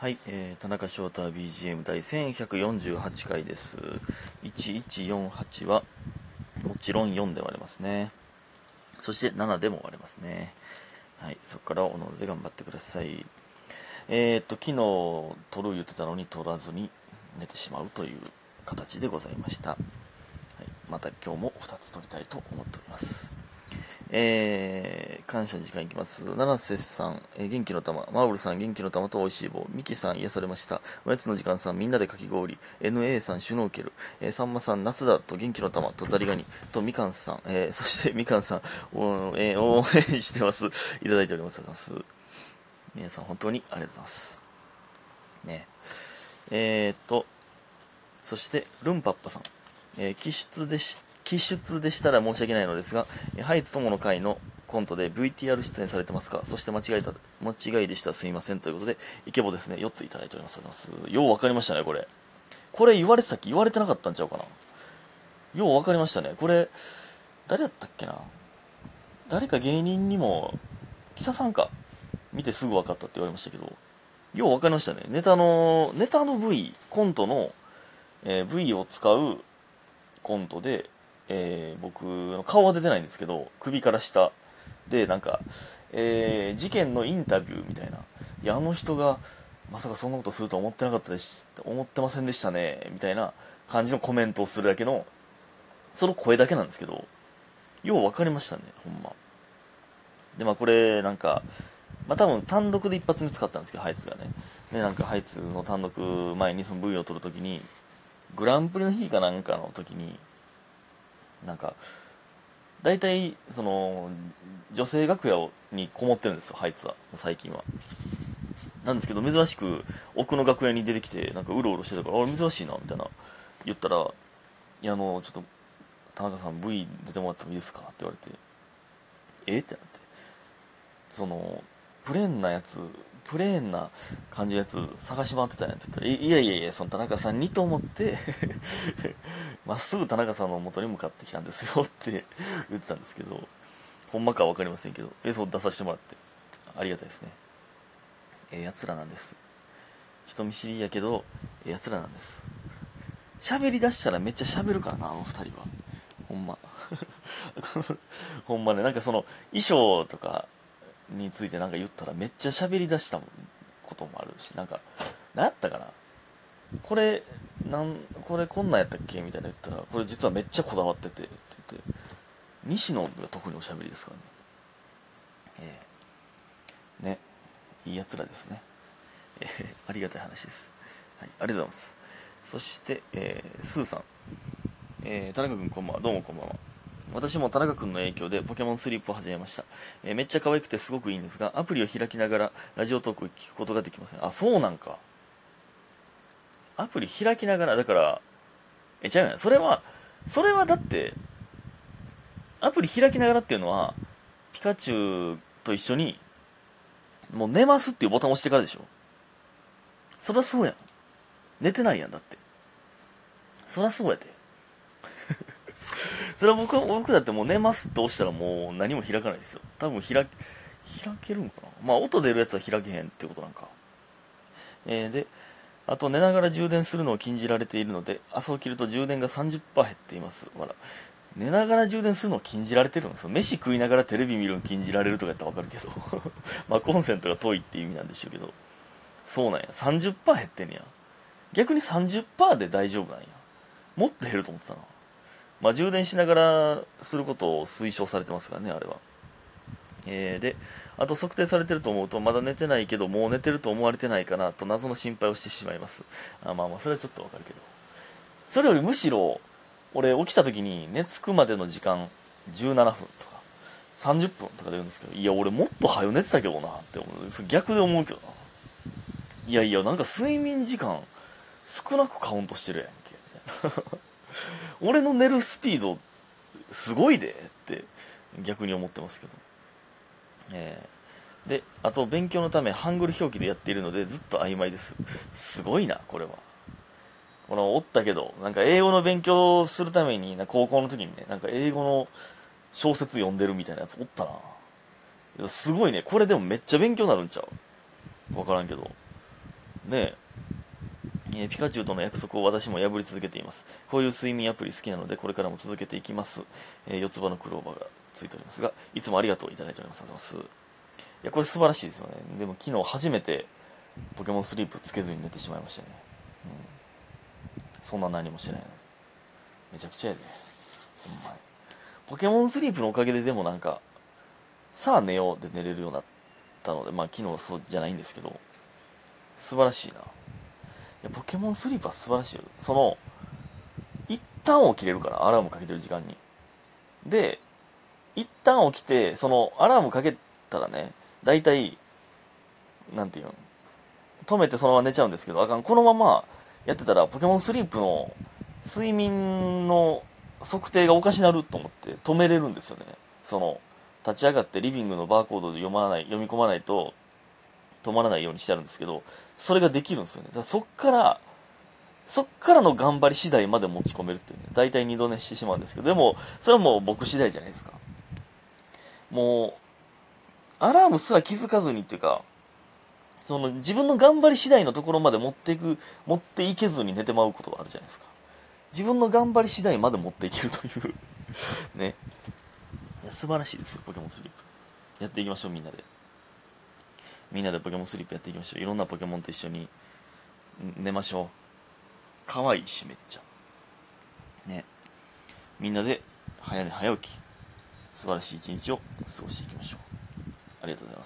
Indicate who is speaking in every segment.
Speaker 1: はい、田中翔太 BGM 第1148回です。1148はもちろん4で割れますね。そして7でも割れますね。はい、そこからおのおので頑張ってください。昨日撮る言ってたのに撮らずに寝てしまうという形でございました。はい、また今日も2つ撮りたいと思っております。感謝の時間いきます。七瀬さん、元気の玉。マウルさん、元気の玉と美味しい棒。ミキさん、癒されました。おやつの時間さん、みんなでかき氷。NA さん、シュノーケル。さんまさん、夏だと元気の玉とザリガニ。とみかんさん、そしてみかんさん、応援してます。いただいております。ありがとうございます。皆さん、本当にありがとうございます。ね。そして、ルンパッパさん。気質でしたら申し訳ないのですが、ハイツ友の会のコントで VTR 出演されてますか？そして間違いでした。すみません。ということで、イケボですね。4ついただいております。ありがとうございます。よう分かりましたね、これ。これ言われてたっけ？言われてなかったんちゃうかな。よう分かりましたね。これ、誰やったっけな。誰か芸人にも、キサさんか。見てすぐ分かったって言われましたけど、よう分かりましたね。ネタの V、コントの、V を使うコントで、僕の顔は出てないんですけど、首から下でなんか、事件のインタビューみたいな、いやあの人がまさかそんなことすると思ってなかったです思ってませんでしたねみたいな感じのコメントをするだけのその声だけなんですけど、よう分かりましたね、ほんま。でこれなんか多分単独で一発目使ったんですけど、ハイツがね。でなんかハイツの単独前にその V を取るときに、グランプリの日かなんかの時になんか大体その女性楽屋にこもってるんですよ、ハイツは最近は。なんですけど珍しく奥の楽屋に出てきてなんかうろうろしてたから、あれ珍しいなみたいな言ったら、いやちょっと田中さん V 出てもらってもいいですかって言われて、ってなって、そのプレーンな感じのやつ探し回ってたんやって言ったら、いやいやいや、その田中さんにと思ってまっすぐ田中さんの元に向かってきたんですよって言ってたんですけど、ほんまかは分かりませんけど、そう出させてもらってありがたいですね。やつらなんです。人見知りやけどやつらなんです。喋り出したらめっちゃ喋るからな、あの二人は。ほんまほんまね、なんかその衣装とかについてなんか言ったらめっちゃ喋り出したこともあるし、なんか何やったかな、これこれこんなんやったっけみたいな言ったら、これ実はめっちゃこだわっててって言って、西野が特におしゃべりですからね。ね、いいやつらですね。ありがたい話です。はい、ありがとうございます。そして、スーさん、田中君こんばんは。どうもこんばんは。私も田中君の影響でポケモンスリープを始めました。めっちゃ可愛くてすごくいいんですが、アプリを開きながらラジオトークを聞くことができません。あ、そうなんか。アプリ開きながら、だから、違うよね。それはだって、アプリ開きながらっていうのは、ピカチュウと一緒に、もう寝ますっていうボタンを押してからでしょ。そりゃそうやん。寝てないやん、だって。そりゃそうやで。それは僕だってもう寝ますって押したらもう何も開かないですよ。多分開けるんかな。音出るやつは開けへんってことなんか。で、あと寝ながら充電するのを禁じられているので、朝起きると充電が30%減っています。寝ながら充電するのを禁じられてるんですよ。飯食いながらテレビ見るの禁じられるとかやったらわかるけどコンセントが遠いっていう意味なんでしょうけど、そうなんや。30%減ってんねや。逆に30%で大丈夫なんや。もっと減ると思ってたな。充電しながらすることを推奨されてますからね、あれは。で、あと測定されてると思うと、まだ寝てないけどもう寝てると思われてないかなと謎の心配をしてしまいます。それはちょっとわかるけど、それよりむしろ俺起きた時に寝つくまでの時間17分とか30分とかで言うんですけど、いや俺もっと早寝てたけどなって思う。逆で思うけどな。いやいや、なんか睡眠時間少なくカウントしてるやんけみたいな俺の寝るスピードすごいでって逆に思ってますけど。で、あと勉強のためハングル表記でやっているのでずっと曖昧です。すごいな、これは。おったけど、なんか英語の勉強するために、高校の時にね、なんか英語の小説読んでるみたいなやつおったな。いやすごいね。これでもめっちゃ勉強になるんちゃう？わからんけど。 ねピカチュウとの約束を私も破り続けています。こういう睡眠アプリ好きなので、これからも続けていきます。四つ葉のクローバーがついておりますが、いつもありがとういただいております。ありがとうございます。いや、これ素晴らしいですよね。でも昨日初めてポケモンスリープつけずに寝てしまいましたね。そんな何もしてないの。めちゃくちゃやで。ほんまに。ポケモンスリープのおかげででもなんか、さあ寝ようで寝れるようになったので、まあ昨日そうじゃないんですけど、素晴らしいな。いや、ポケモンスリープは素晴らしいよ。一旦起きれるから、アラームかけてる時間に。で、一旦起きて、アラームかけたらね、だいたい、なんていうの、止めてそのまま寝ちゃうんですけど、あかん、このままやってたら、ポケモンスリープの睡眠の測定がおかしなると思って止めれるんですよね。立ち上がってリビングのバーコードで読み込まないと止まらないようにしてあるんですけど、それができるんですよね。だからそっからの頑張り次第まで持ち込めるっていうね。だいたい二度寝してしまうんですけど、でも、それはもう僕次第じゃないですか。もう、アラームすら気づかずにっていうか、自分の頑張り次第のところまで持っていけずに寝てまうことがあるじゃないですか。自分の頑張り次第まで持っていけるというね。いや素晴らしいですよ、ポケモンスリープ。やっていきましょう、みんなで。みんなでポケモンスリープやっていきましょう。いろんなポケモンと一緒に寝ましょう。可愛いし、めっちゃ。ね。みんなで早寝早起き。素晴らしい一日を過ごしていきましょう。ありがとうございます。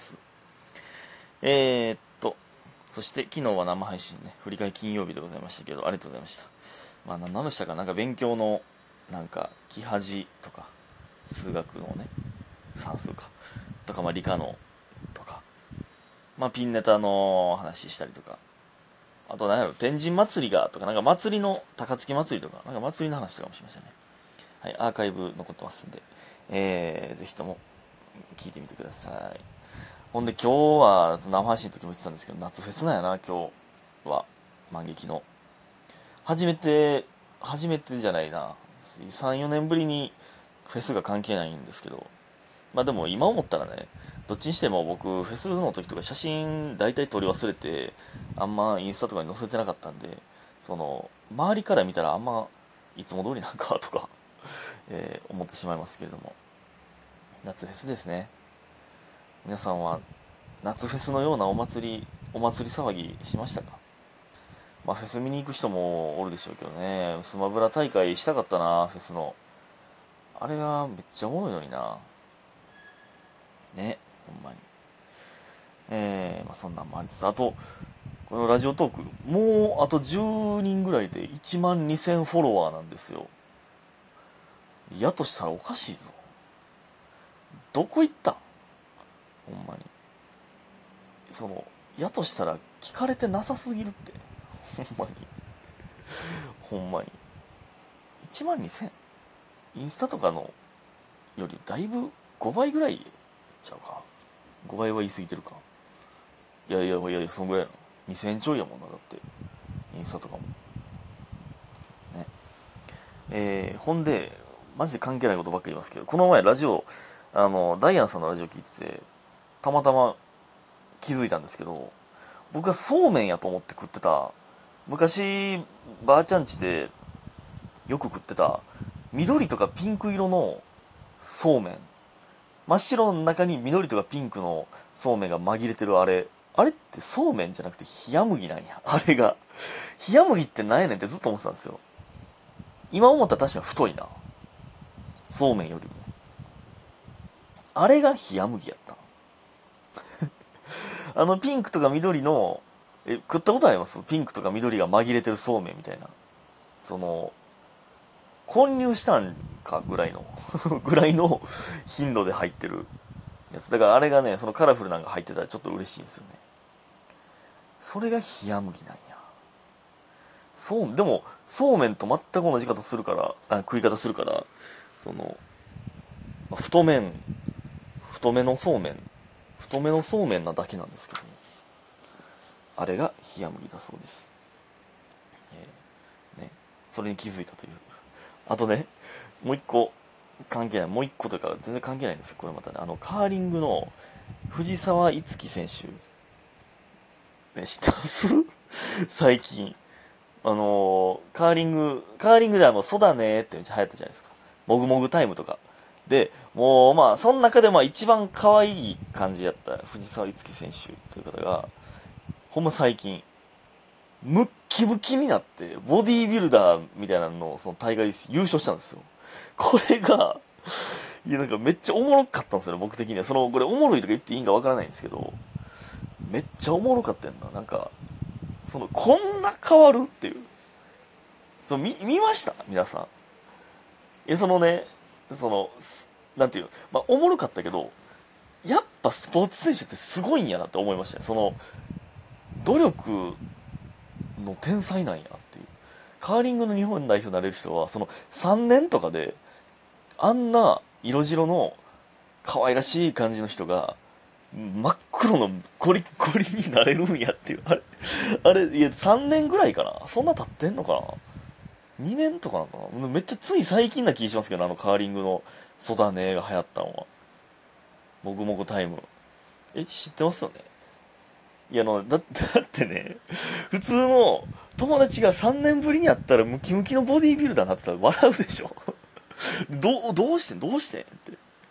Speaker 1: そして昨日は生配信ね、振り返り金曜日でございましたけど、ありがとうございました。まあ、何でしたか、なんか勉強の、なんか、キハジとか、数学のね、算数か、とか、まあ理科の、とか、まあピンネタの話したりとか、あと何やろ、天神祭りが、とか、なんか祭りの、高槻祭りとか、なんか祭りの話とかもしましたね。はい、アーカイブ残ってますんで、ぜひとも聞いてみてください。ほんで今日は生配信の時も言ってたんですけど、夏フェスなんやな、今日は。万劇の。初めてじゃないな。3、4年ぶりにフェスが関係ないんですけど、まあでも今思ったらね、どっちにしても僕、フェスの時とか写真大体撮り忘れて、あんまインスタとかに載せてなかったんで、周りから見たらあんまいつも通りなんかとか思ってしまいますけれども。夏フェスですね。皆さんは夏フェスのようなお祭り騒ぎしましたか？まあフェス見に行く人もおるでしょうけどね。スマブラ大会したかったな、フェスの。あれがめっちゃおもろいのにな。ね、ほんまに。まあそんなんもありつつ、あと、このラジオトーク、もうあと10人ぐらいで1万2000フォロワーなんですよ。やとしたらおかしいぞ。どこ行ったん？ほんまに。やとしたら聞かれてなさすぎるって。ほんまに。ほんまに。1万2000。インスタとかのよりだいぶ5倍ぐらいちゃうか。5倍は言い過ぎてるか。いやいやいやいや、そんぐらいやな。2000ちょいやもんな、だって。インスタとかも。ね。ほんで、マジで関係ないことばっかり言いますけど、この前ラジオ、ダイアンさんのラジオ聞いてて、たまたま気づいたんですけど、僕はそうめんやと思って食ってた、昔、ばあちゃん家でよく食ってた、緑とかピンク色のそうめん。真っ白の中に緑とかピンクのそうめんが紛れてるあれ。あれってそうめんじゃなくて冷麦なんや。あれが。冷麦ってなんやねんってずっと思ってたんですよ。今思ったら確かに太いな。そうめんよりも。あれが冷麦やった。ピンクとか緑の、食ったことあります？ピンクとか緑が紛れてるそうめんみたいな。混入したんかぐらいのぐらいの頻度で入ってるやつ。だからあれがね、そのカラフルなんか入ってたらちょっと嬉しいんですよね。それが冷麦なんや。でも、そうめんと全く同じ食い方するから、太麺、太めのそうめん、太めのそうめんなだけなんですけどね。あれが冷麦だそうです。ね。それに気づいたという。あとね、もう一個、関係ない。もう一個というか、全然関係ないんですよ。これまたね。カーリングの藤沢樹選手ね、知ってます最近。カーリングでそうだねってめっちゃ流行ったじゃないですか。もぐもぐタイムとか。で、もうまあ、その中でまあ一番可愛い感じやった藤沢樹選手という方が、ほんま最近、ムッキムキになって、ボディービルダーみたいなのをその大会で優勝したんですよ。これが、いやなんかめっちゃおもろかったんですよね、僕的には。これおもろいとか言っていいんかわからないんですけど、めっちゃおもろかったやんな。なんか、こんな変わるっていう。見ました皆さん。なんていう、まあ、おもろかったけど、やっぱスポーツ選手ってすごいんやなって思いましたね。努力の天才なんやっていう。カーリングの日本代表になれる人は、3年とかで、あんな色白の可愛らしい感じの人が、真っ黒のゴリゴリになれるんやっていう。いや、3年ぐらいかな、そんな経ってんのかな、2年とかなのかな、めっちゃつい最近な気しますけど、カーリングのソダネが流行ったのは。もぐもぐタイム。知ってますよね。いや、だってね、普通の友達が3年ぶりに会ったらムキムキのボディービルダーになってたら笑うでしょ。どうしてんって。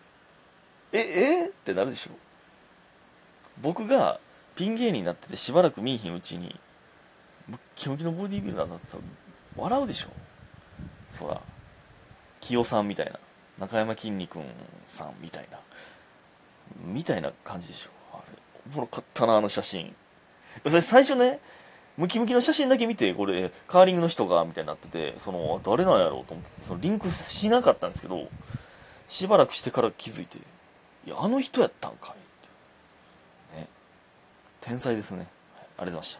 Speaker 1: ってなるでしょ。僕がピン芸人になっててしばらく見いひんうちに、ムッキムキのボディービルダーになってたら笑うでしょ。そら、清さんみたいな、中山きんに君さんみたいな感じでしょ。あれ、おもろかったな、あの写真。最初ね、ムキムキの写真だけ見て、これ、カーリングの人が、みたいになってて、誰なんやろうと思って、リンクしなかったんですけど、しばらくしてから気づいて、いや、あの人やったんかいって。ね。天才ですね。はい、ありがとうございました。